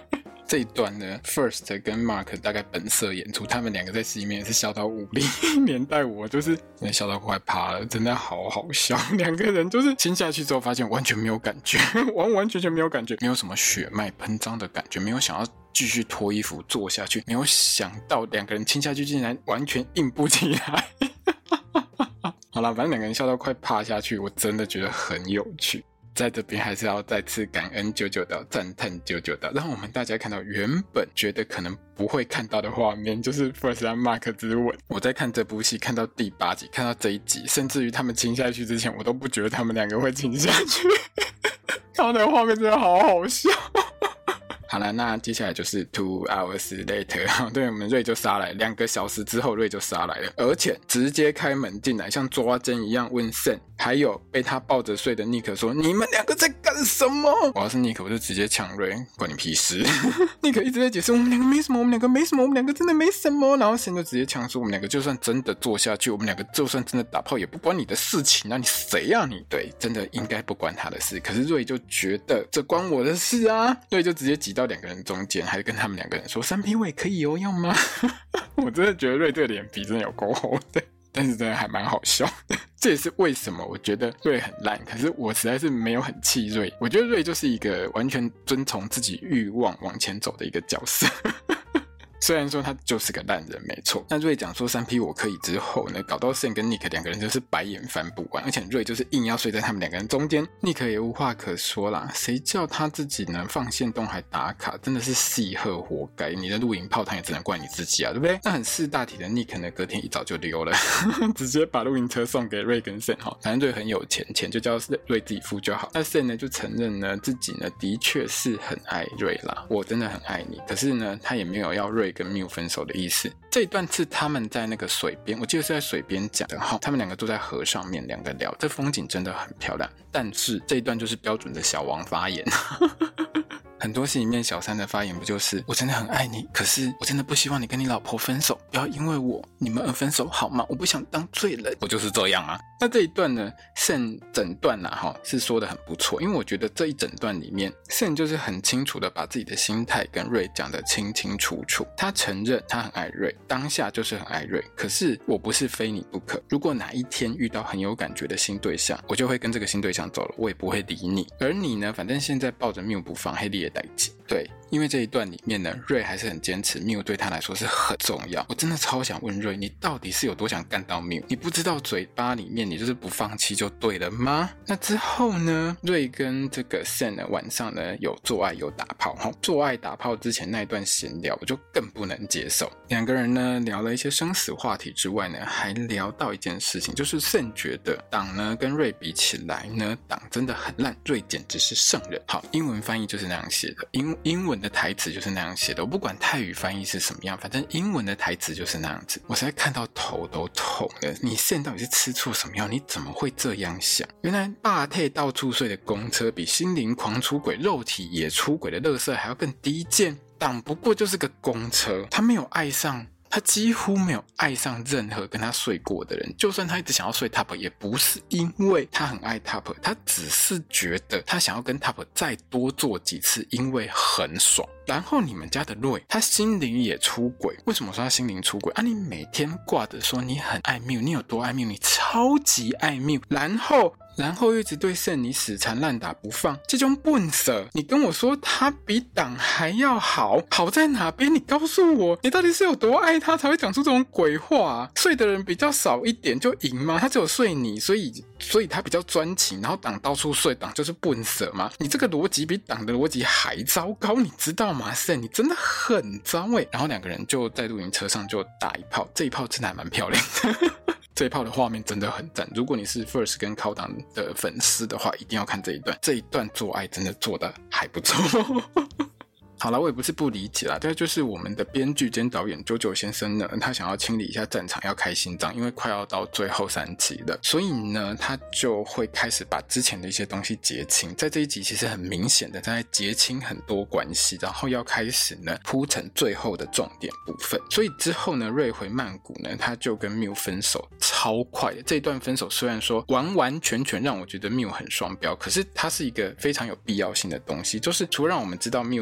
这一段呢 First 跟 Mark 大概本色演出，他们两个在戏里面也是笑到无力，连带我就是真的笑到快趴了，真的好好笑。两个人就是亲下去之后发现完全没有感觉，完完全全没有感觉，没有什么血脉喷张的感觉，没有想要继续脱衣服坐下去，没有想到两个人亲下去竟然完全硬不起来。好啦，反正两个人笑到快趴下去，我真的觉得很有趣。在这边还是要再次感恩九九岛，赞叹九九岛，让我们大家看到原本觉得可能不会看到的画面，就是 First 和 Mark 之吻。我在看这部戏看到第八集，看到这一集，甚至于他们亲下去之前，我都不觉得他们两个会亲下去。他们的画面真的好好笑。好了，那接下来就是 two hours later， 对，我们瑞就杀来，两个小时之后瑞就杀来了，而且直接开门进来，像抓针一样问 Sam， 还有被他抱着睡的 Nick 说：“你们两个在干什么？”我要是 Nick， 我就直接抢瑞，关你屁事。Nick 一直在解释我们两个没什么，我们两个没什么，我们两个真的没什么，然后 Sam 就直接呛说：“我们两个就算真的做下去，我们两个就算真的打炮，也不关你的事情啊！你谁啊你？”对，真的应该不关他的事，可是瑞就觉得这关我的事啊，瑞就直接挤到两个人中间，还跟他们两个人说三 P 我也可以哦，要吗？我真的觉得瑞这个脸皮真的有够厚的，但是真的还蛮好笑的。这也是为什么我觉得瑞很烂，可是我实在是没有很气瑞。我觉得瑞就是一个完全遵从自己欲望往前走的一个角色。虽然说他就是个烂人没错，那瑞讲说三 P 我可以之后呢，搞到 Sam 跟 Nick 两个人就是白眼翻不完，而且瑞就是硬要睡在他们两个人中间， Nick 也无话可说啦，谁叫他自己呢放线动还打卡，真的是戏鹤活该，你的露营泡汤也只能怪你自己啊，对不对？那很识大体的 Nick 呢隔天一早就溜了，直接把露营车送给瑞跟 Sam， 反正瑞很有钱，钱就叫瑞自己付就好。那 Sam 呢就承认呢自己呢的确是很爱瑞啦，我真的很爱你，可是呢他也没有要瑞跟 Mew 分手的意思。这一段是他们在那个水边，我记得是在水边讲的，他们两个坐在河上面两个聊，这风景真的很漂亮，但是这一段就是标准的小王发言。很多戏里面小三的发言不就是我真的很爱你，可是我真的不希望你跟你老婆分手，不要因为我你们而分手好吗？我不想当罪人，我就是这样啊。那这一段呢 Sam 整段啊齁是说的很不错，因为我觉得这一整段里面 Sam 就是很清楚的把自己的心态跟瑞讲得清清楚楚，他承认他很爱瑞，当下就是很爱瑞，可是我不是非你不可，如果哪一天遇到很有感觉的新对象，我就会跟这个新对象走了，我也不会理你，而你呢反正现在抱着Mew不放，黑你也代志。对，因为这一段里面呢，瑞还是很坚持 Mew 对他来说是很重要。我真的超想问瑞，你到底是有多想干到 Mew？ 你不知道嘴巴里面你就是不放弃就对了吗？那之后呢，瑞跟这个 Sam 呢晚上呢有做爱有打炮，做爱打炮之前那一段闲聊我就更不能接受。两个人呢聊了一些生死话题之外呢，还聊到一件事情，就是 Sam 觉得党呢跟瑞比起来呢，党真的很烂，瑞简直是圣人。好，英文翻译就是那样写的，英英文的台词就是那样写的，我不管泰语翻译是什么样，反正英文的台词就是那样子。我实在看到头都痛了，你现在到底是吃醋什么药？你怎么会这样想？原来霸退到处睡的公车比心灵狂出轨、肉体也出轨的垃圾还要更低贱。党不过就是个公车，他没有爱上，他几乎没有爱上任何跟他睡过的人，就算他一直想要睡 Top 也不是因为他很爱 Top， 他只是觉得他想要跟 Top 再多做几次，因为很爽。然后你们家的瑞他心灵也出轨，为什么说他心灵出轨啊？你每天挂着说你很爱 Mew， 你有多爱 Mew？ 你超级爱 Mew， 然后然后又一直对Sam你死缠烂打不放，这种笨色，你跟我说他比党还要好，好在哪边？你告诉我，你到底是有多爱他才会讲出这种鬼话啊？睡的人比较少一点就赢吗？他只有睡你，所以所以他比较专情，然后党到处睡，党就是笨色吗？你这个逻辑比党的逻辑还糟糕，你知道吗？Sam你真的很糟欸。然后两个人就在露营车上就打一炮，这一炮真的还蛮漂亮的。这一炮的画面真的很赞，如果你是 First 跟靠党的粉丝的话，一定要看这一段，这一段做爱真的做得还不错。好了，我也不是不理解啦，这就是我们的编剧兼导演九九先生呢，他想要清理一下战场，要开新章，因为快要到最后三集了，所以呢，他就会开始把之前的一些东西结清。在这一集其实很明显的在结清很多关系，然后要开始呢铺成最后的重点部分。所以之后呢，瑞回曼谷呢，他就跟 Mew 分手，超快的。这一段分手虽然说完完全全让我觉得 Mew 很双标，可是它是一个非常有必要性的东西，就是除了让我们知道 Mew 跟瑞的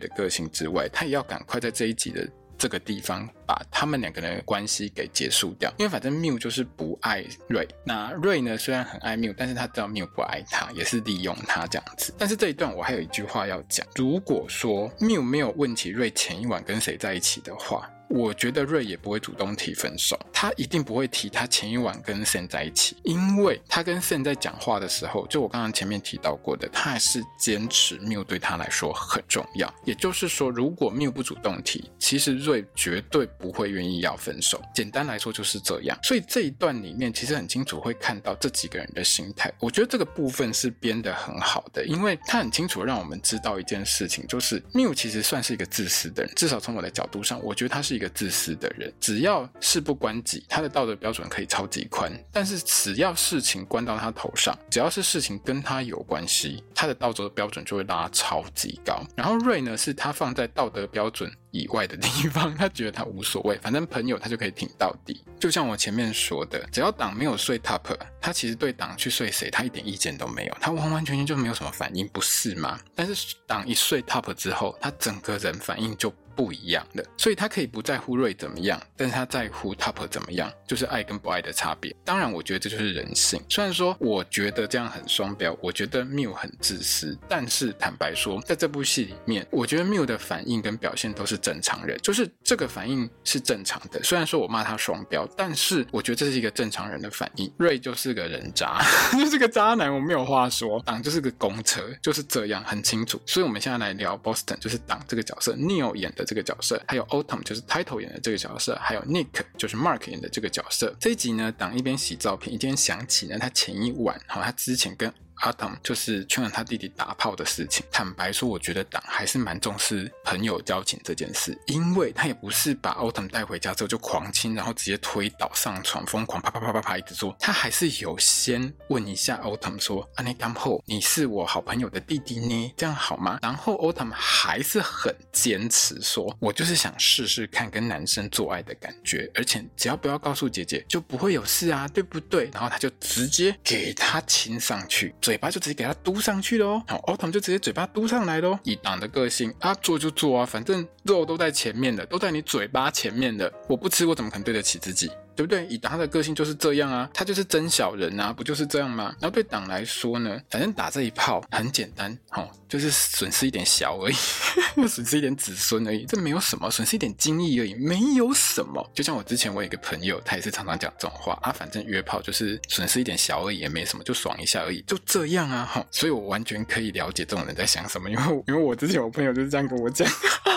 个性之外，他也要赶快在这一集的这个地方把他们两个人的关系给结束掉，因为反正缪就是不爱瑞，那瑞呢虽然很爱缪，但是他知道缪不爱他，也是利用他这样子。但是这一段我还有一句话要讲，如果说缪没有问起瑞前一晚跟谁在一起的话，我觉得瑞也不会主动提分手，他一定不会提他前一晚跟 Sam 在一起，因为他跟 Sam 在讲话的时候，就我刚刚前面提到过的，他还是坚持缪对他来说很重要。也就是说，如果缪不主动提，其实瑞绝对不会愿意要分手。简单来说就是这样。所以这一段里面其实很清楚会看到这几个人的心态。我觉得这个部分是编得很好的，因为他很清楚让我们知道一件事情，就是缪其实算是一个自私的人，至少从我的角度上，我觉得他是一个自私的人。只要事不关己，他的道德标准可以超级宽，但是只要事情关到他头上，只要是事情跟他有关系，他的道德标准就会拉超级高。然后瑞呢，是他放在道德标准以外的地方，他觉得他无所谓，反正朋友他就可以挺到底。就像我前面说的，只要党没有睡 top， 他其实对党去睡谁他一点意见都没有，他完完全全就没有什么反应，不是吗？但是党一睡 top 之后，他整个人反应就不一样的，所以他可以不在乎瑞怎么样，但是他在乎 top 怎么样，就是爱跟不爱的差别。当然我觉得这就是人性，虽然说我觉得这样很双标，我觉得缪很自私，但是坦白说在这部戏里面，我觉得缪的反应跟表现都是正常人，就是这个反应是正常的。虽然说我骂他双标，但是我觉得这是一个正常人的反应。瑞就是个人渣就是个渣男，我没有话说，党就是个公车，就是这样很清楚。所以我们现在来聊 Boston， 就是党这个角色 Neil 演的这个角色，还有 Autumn 就是 Title 演的这个角色，还有 Nick 就是 Mark 演的这个角色。这一集呢，党一边洗照片，一边想起呢他前一晚他之前跟Autumn 就是劝了他弟弟打炮的事情。坦白说，我觉得党还是蛮重视朋友交情这件事，因为他也不是把 Autumn 带回家之后就狂亲，然后直接推倒上床，疯狂啪啪啪啪啪一直做。他还是有先问一下 Autumn 说：“啊，你刚后你是我好朋友的弟弟呢，这样好吗？”然后 Autumn 还是很坚持说：“我就是想试试看跟男生做爱的感觉，而且只要不要告诉姐姐，就不会有事啊，对不对？”然后他就直接给他亲上去。嘴巴就直接给他嘟上去了哦，好 Autumn 就直接嘴巴嘟上来了哦。以党的个性啊，做就做啊，反正肉都在前面的，都在你嘴巴前面的，我不吃我怎么可能对得起自己？对不对？以党他的个性就是这样啊，他就是真小人啊，不就是这样吗？然后对党来说呢，反正打这一炮很简单，哦，就是损失一点小而已损失一点子孙而已，这没有什么，损失一点精力而已，没有什么。就像我之前我有一个朋友，他也是常常讲这种话啊，反正约炮就是损失一点小而已，也没什么，就爽一下而已，就这样啊。哦，所以我完全可以了解这种人在想什么，因为因为我之前有朋友就是这样跟我讲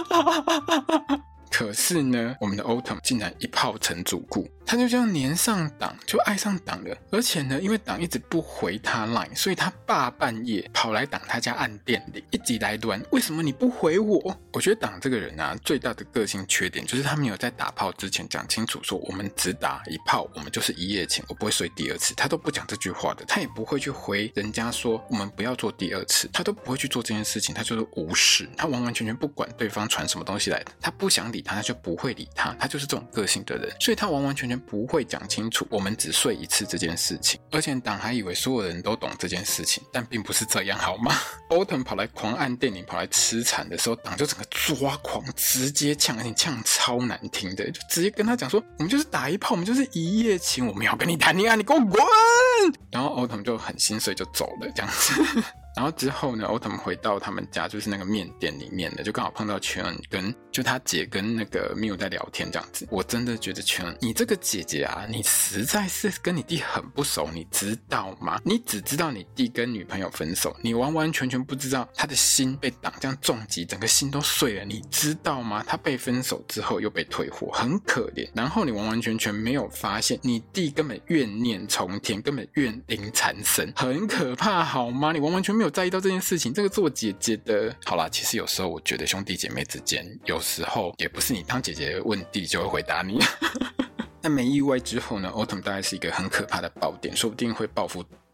可是呢，我们的 Autumn 竟然一炮成主顾，他就这样黏上党，就爱上党了。而且呢，因为党一直不回他 line， 所以他大半夜跑来党他家按电铃，一直来乱，为什么你不回我？我觉得党这个人啊，最大的个性缺点就是他没有在打炮之前讲清楚说，我们只打一炮，我们就是一夜情，我不会睡第二次。他都不讲这句话的，他也不会去回人家说我们不要做第二次，他都不会去做这件事情，他就是无视，他完完全全不管对方传什么东西来的，他不想理他，他就不会理他，他就是这种个性的人，所以他完完全全不会讲清楚我们只睡一次这件事情。而且党还以为所有人都懂这件事情，但并不是这样好吗？ Autumn 跑来狂按电铃，跑来吃惨的时候，党就整个抓狂，直接呛，而且呛超难听的，就直接跟他讲说，我们就是打一炮，我们就是一夜情，我们要跟你谈恋爱，你给我滚。然后 Autumn 就很心碎就走了这样子然后之后呢 Autumn 回到他们家，就是那个面店里面的，就刚好碰到全跟就他姐跟那个 Miu 在聊天这样子。我真的觉得全你这个姐姐啊，你实在是跟你弟很不熟，你知道吗？你只知道你弟跟女朋友分手，你完完全全不知道他的心被党这样重击，整个心都碎了，你知道吗？他被分手之后又被退货，很可怜。然后你完完全全没有发现你弟根本怨念冲天，根本怨灵缠身，很可怕好吗？你完完全没有在意到这件事情。这个做姐姐的，好啦，其实有时候我觉得兄弟姐妹之间有时候也不是你当姐姐问弟就会回答你那没意外之后呢 Autumn 大概是一个很可怕的爆点，说不定会报复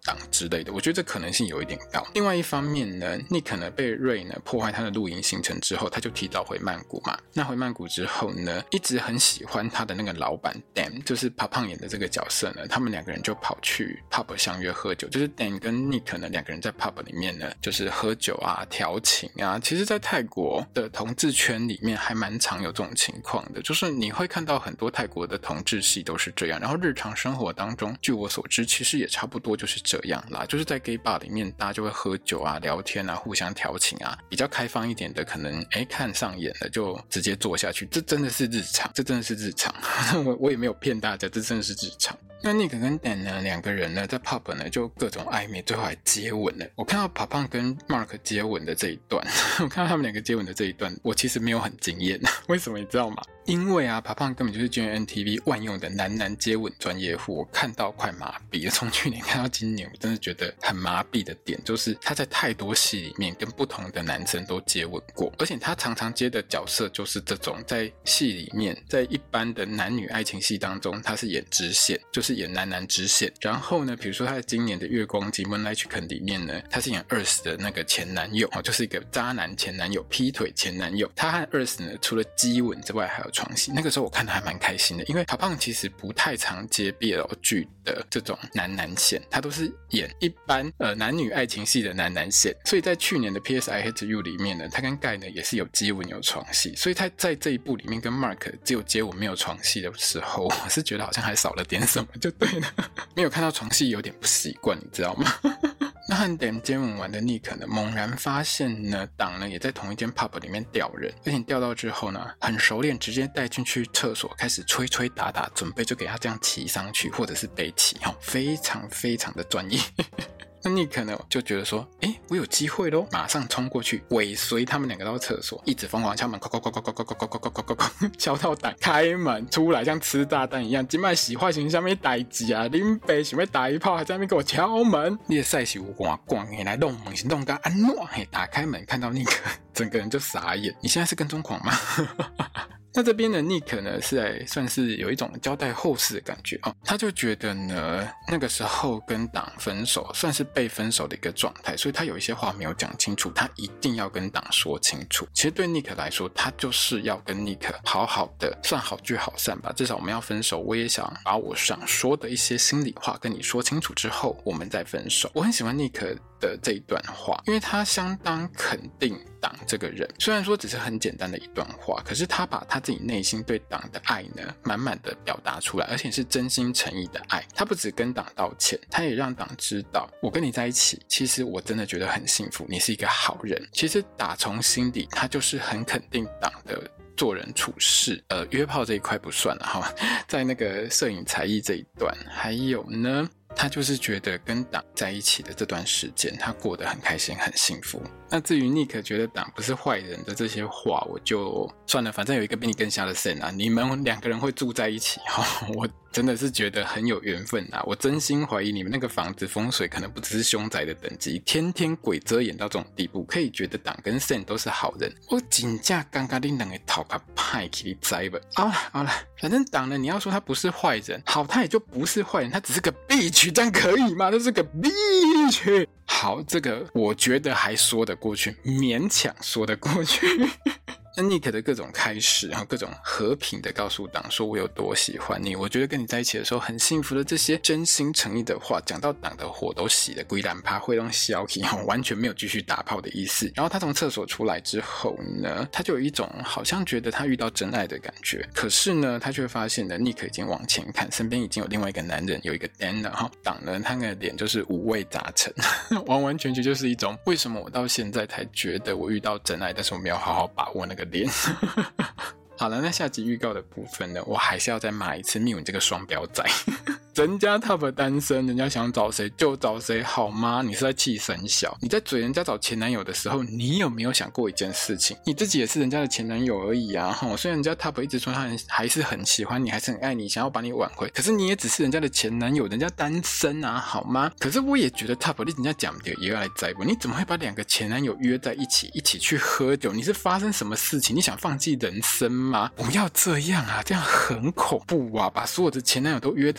党之类的，我觉得这可能性有一点高。另外一方面呢 Nick 呢被 Ray 呢破坏他的露营行程之后，他就提早回曼谷嘛。那回曼谷之后呢，一直很喜欢他的那个老板 Dan， 就是帕胖演的这个角色呢，他们两个人就跑去 pub 相约喝酒，就是 Dan 跟 Nick 呢两个人在 pub 里面呢就是喝酒啊调情啊。其实在泰国的同志圈里面还蛮常有这种情况的，就是你会看到很多泰国的同志戏都是这样，然后日常生活当中据我所知其实也差不多就是这样啦，就是在 gay bar 里面大家就会喝酒啊聊天啊互相调情啊，比较开放一点的可能诶看上眼了就直接坐下去，这真的是日常，这真的是日常我, 我也没有骗大家，这真的是日常。那 Nick 跟 Dan 呢两个人呢在 pub 呢就各种暧昧，最后还接吻了。我看到帕胖跟 Mark 接吻的这一段我看到他们两个接吻的这一段我其实没有很惊艳，为什么你知道吗？因为啊帕胖根本就是 G N T V 万用的男男接吻专业户，我看到快麻痹了，从去年看到今年我真的觉得很麻痹的点就是他在太多戏里面跟不同的男生都接吻过，而且他常常接的角色就是这种在戏里面在一般的男女爱情戏当中他是演支线，就是演男男支线。然后呢比如说他在今年的月光集 Moonlight Chicken 里面呢他是演 Earth 的那个前男友，就是一个渣男前男友劈腿前男友。他和 Earth 呢除了激吻之外还有床戏，那个时候我看得还蛮开心的，因为帕胖其实不太常接 B L 剧的这种男男线，他都是演一般呃男女爱情戏的男男线，所以在去年的 P S I Hate You 里面呢他跟 Guy 呢也是有接吻有床戏，所以他在这一部里面跟 Mark 只有接吻没有床戏的时候，我是觉得好像还少了点什么就对了没有看到床戏有点不习惯你知道吗那和 Dan 接吻完的 Nick 呢猛然发现呢党呢也在同一间 pub 里面钓人，而且钓到之后呢很熟练，直接带进去厕所开始吹吹打打，准备就给他这样骑上去或者是背起，非常非常的专业那 Nick 呢就觉得说诶我有机会咯，马上冲过去尾随他们两个到厕所，一直疯狂敲门，敲到胆开门出来，像吃炸弹一样，现在是发生什么代志啊？你爸想要打一炮还在那边给我敲门，你的屎是有换光的来弄门是弄到安怎打开门看到 Nick 整个人就傻眼，你现在是跟踪狂吗那这边的 Nick 呢是在算是有一种交代后事的感觉哦，他就觉得呢那个时候跟党分手算是被分手的一个状态，所以他有一些话没有讲清楚，他一定要跟党说清楚。其实对 Nick 来说他就是要跟 Nick 好好的算好聚好散吧，至少我们要分手，我也想把我想说的一些心里话跟你说清楚之后我们再分手。我很喜欢 Nick 的这一段话，因为他相当肯定党这个人，虽然说只是很简单的一段话，可是他把他自己内心对党的爱呢满满的表达出来，而且是真心诚意的爱。他不只跟党道歉，他也让党知道我跟你在一起其实我真的觉得很幸福，你是一个好人。其实打从心底他就是很肯定党的做人处事，呃，约炮这一块不算了哈，在那个摄影才艺这一段，还有呢他就是觉得跟党在一起的这段时间他过得很开心很幸福。那至于 Nick 觉得党不是坏人的这些话我就算了，反正有一个比你更瞎的 Sen 啊，你们两个人会住在一起、哦、我真的是觉得很有缘分啊！我真心怀疑你们那个房子风水可能不只是凶宅的等级，天天鬼遮眼到这种地步，可以觉得党跟 Sen 都是好人。我真正刚刚你两个头壳派去你知吧？好了好了，反正党呢，你要说他不是坏人，好，他也就不是坏人，他只是个 bitch， 这样可以吗？他是个 bitch。好，这个我觉得还说得过去，勉强说得过去。那 Nick 的各种开始，然后各种和平的告诉党说我有多喜欢你，我觉得跟你在一起的时候很幸福的这些真心诚意的话，讲到党的火都洗了，龟兰趴会让消气，完全没有继续打炮的意思。然后他从厕所出来之后呢，他就有一种好像觉得他遇到真爱的感觉，可是呢他却发现呢 Nick 已经往前看，身边已经有另外一个男人，有一个 Dan 了哈。党呢他的脸就是五味杂陈完完全全就是一种为什么我到现在才觉得我遇到真爱，但是我没有好好把握那个脸好了，那下集预告的部分呢，我还是要再骂一次密文这个双标仔人家 Top 单身，人家想找谁就找谁好吗？你是在气三小？你在嘴人家找前男友的时候，你有没有想过一件事情？你自己也是人家的前男友而已啊！虽然人家 Top 一直说他很还是很喜欢你，还是很爱你，想要把你挽回，可是你也只是人家的前男友，人家单身啊，好吗？可是我也觉得 Top 你人家讲的也要来栽不？你怎么会把两个前男友约在一起，一起去喝酒？你是发生什么事情？你想放弃人生吗？不要这样啊，这样很恐怖啊！把所有的前男友都约在一起，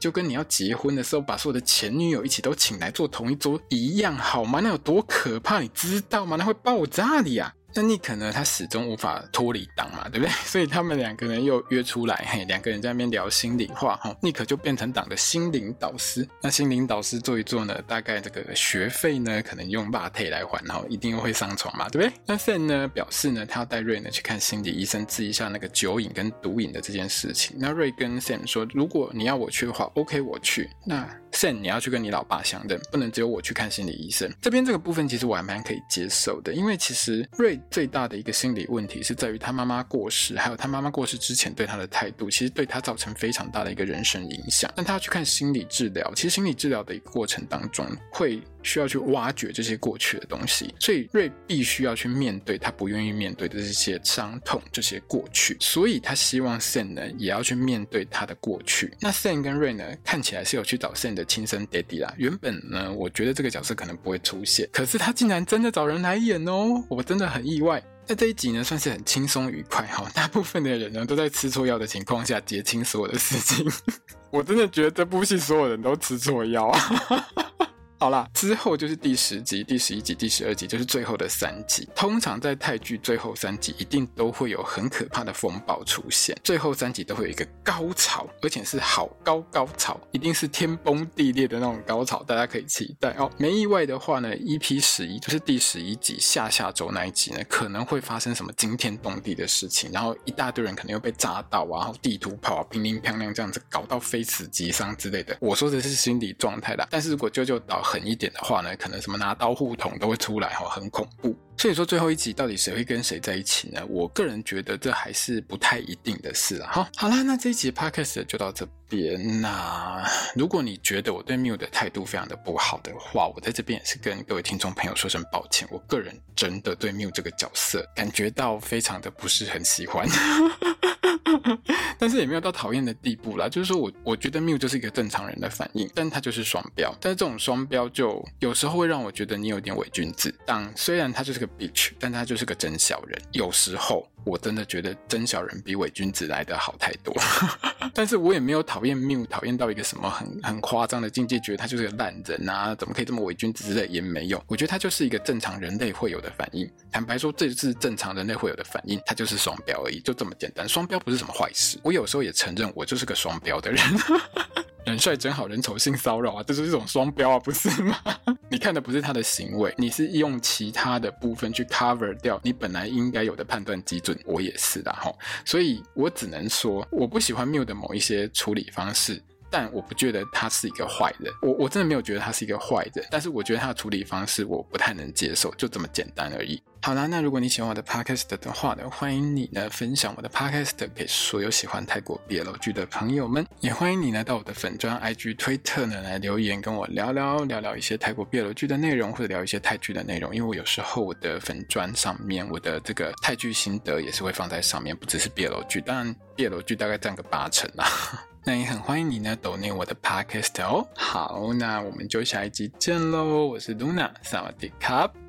就跟你要结婚的时候把所有的前女友一起都请来坐同一桌一样好吗？那有多可怕你知道吗？那会爆炸的呀。那Nick呢，他始终无法脱离党嘛，对不对？所以他们两个人又约出来，嘿，两个人在那边聊心里话哈。Nick就变成党的心灵导师，那心灵导师做一做呢，大概这个学费呢，可能用肉体来还哈，一定会上床嘛，对不对？那 Sam 呢表示呢，他要带 Ray 呢去看心理医生，治一下那个酒瘾跟毒瘾的这件事情。那 Ray 跟 Sam 说，如果你要我去的话 ，OK 我去。那 Sam 你要去跟你老爸相认，不能只有我去看心理医生。这边这个部分其实我还蛮可以接受的，因为其实 Ray 最大的一个心理问题是在于他妈妈过世，还有他妈妈过世之前对他的态度，其实对他造成非常大的一个人生影响。但他要去看心理治疗，其实心理治疗的一个过程当中会需要去挖掘这些过去的东西，所以 Ray 必须要去面对他不愿意面对的这些伤痛，这些过去，所以他希望 Sam 呢也要去面对他的过去。那 Sam 跟 Ray 呢看起来是有去找 Sam 的亲生爹地啦，原本呢我觉得这个角色可能不会出现，可是他竟然真的找人来演哦，我真的很意外。在这一集呢算是很轻松愉快，大部分的人呢都在吃错药的情况下结清所有的事情我真的觉得这部戏所有人都吃错药啊好啦，之后就是第十集、第十一集、第十二集，就是最后的三集。通常在泰剧最后三集一定都会有很可怕的风暴出现，最后三集都会有一个高潮，而且是好高高潮，一定是天崩地裂的那种高潮，大家可以期待哦。没意外的话呢 E P 十一 就是第十一集下下周那一集呢，可能会发生什么惊天动地的事情，然后一大堆人可能又被炸到啊，然后地图炮啊，乒铃乓啷这样子搞到非死即伤之类的。我说的是心理状态啦，但是如果啾啾岛狠一点的话呢，可能什么拿刀护捅都会出来，很恐怖。所以说最后一集到底谁会跟谁在一起呢？我个人觉得这还是不太一定的事啦。好，好啦，那这一集的 podcast 就到这边。那如果你觉得我对 Mew 的态度非常的不好的话，我在这边也是跟各位听众朋友说声抱歉。我个人真的对 Mew 这个角色感觉到非常的不是很喜欢但是也没有到讨厌的地步啦，就是说我我觉得 Mew 就是一个正常人的反应，但他就是双标。但是这种双标就有时候会让我觉得你有点伪君子。当虽然他就是个 bitch， 但他就是个真小人。有时候我真的觉得真小人比伪君子来得好太多但是我也没有讨厌 Mew 讨厌到一个什么很很夸张的境界，觉得他就是个烂人啊，怎么可以这么伪君子之类，也没有。我觉得他就是一个正常人类会有的反应。坦白说，这是正常人类会有的反应，他就是双标而已，就这么简单。双标不是什么坏事，我有时候也承认我就是个双标的人人帅真好人丑性骚扰啊，这就是一种双标啊，不是吗你看的不是他的行为，你是用其他的部分去 cover 掉你本来应该有的判断基准。我也是啦齁，所以我只能说我不喜欢 Mew 的某一些处理方式，但我不觉得他是一个坏人，我我真的没有觉得他是一个坏人，但是我觉得他的处理方式我不太能接受，就这么简单而已。好啦，那如果你喜欢我的 podcast 的话呢，欢迎你呢分享我的 podcast 给所有喜欢泰国 B L 剧的朋友们，也欢迎你呢到我的粉专 I G 推特呢来留言跟我聊聊聊聊一些泰国 B L 剧的内容，或者聊一些泰剧的内容。因为我有时候我的粉专上面我的这个泰剧心得也是会放在上面，不只是 B L 剧，当然 B L 剧大概占个八成啦那也很欢迎你呢抖内我的 podcast 哦。好，那我们就下一集见咯，我是 Luna， 萨瓦迪卡。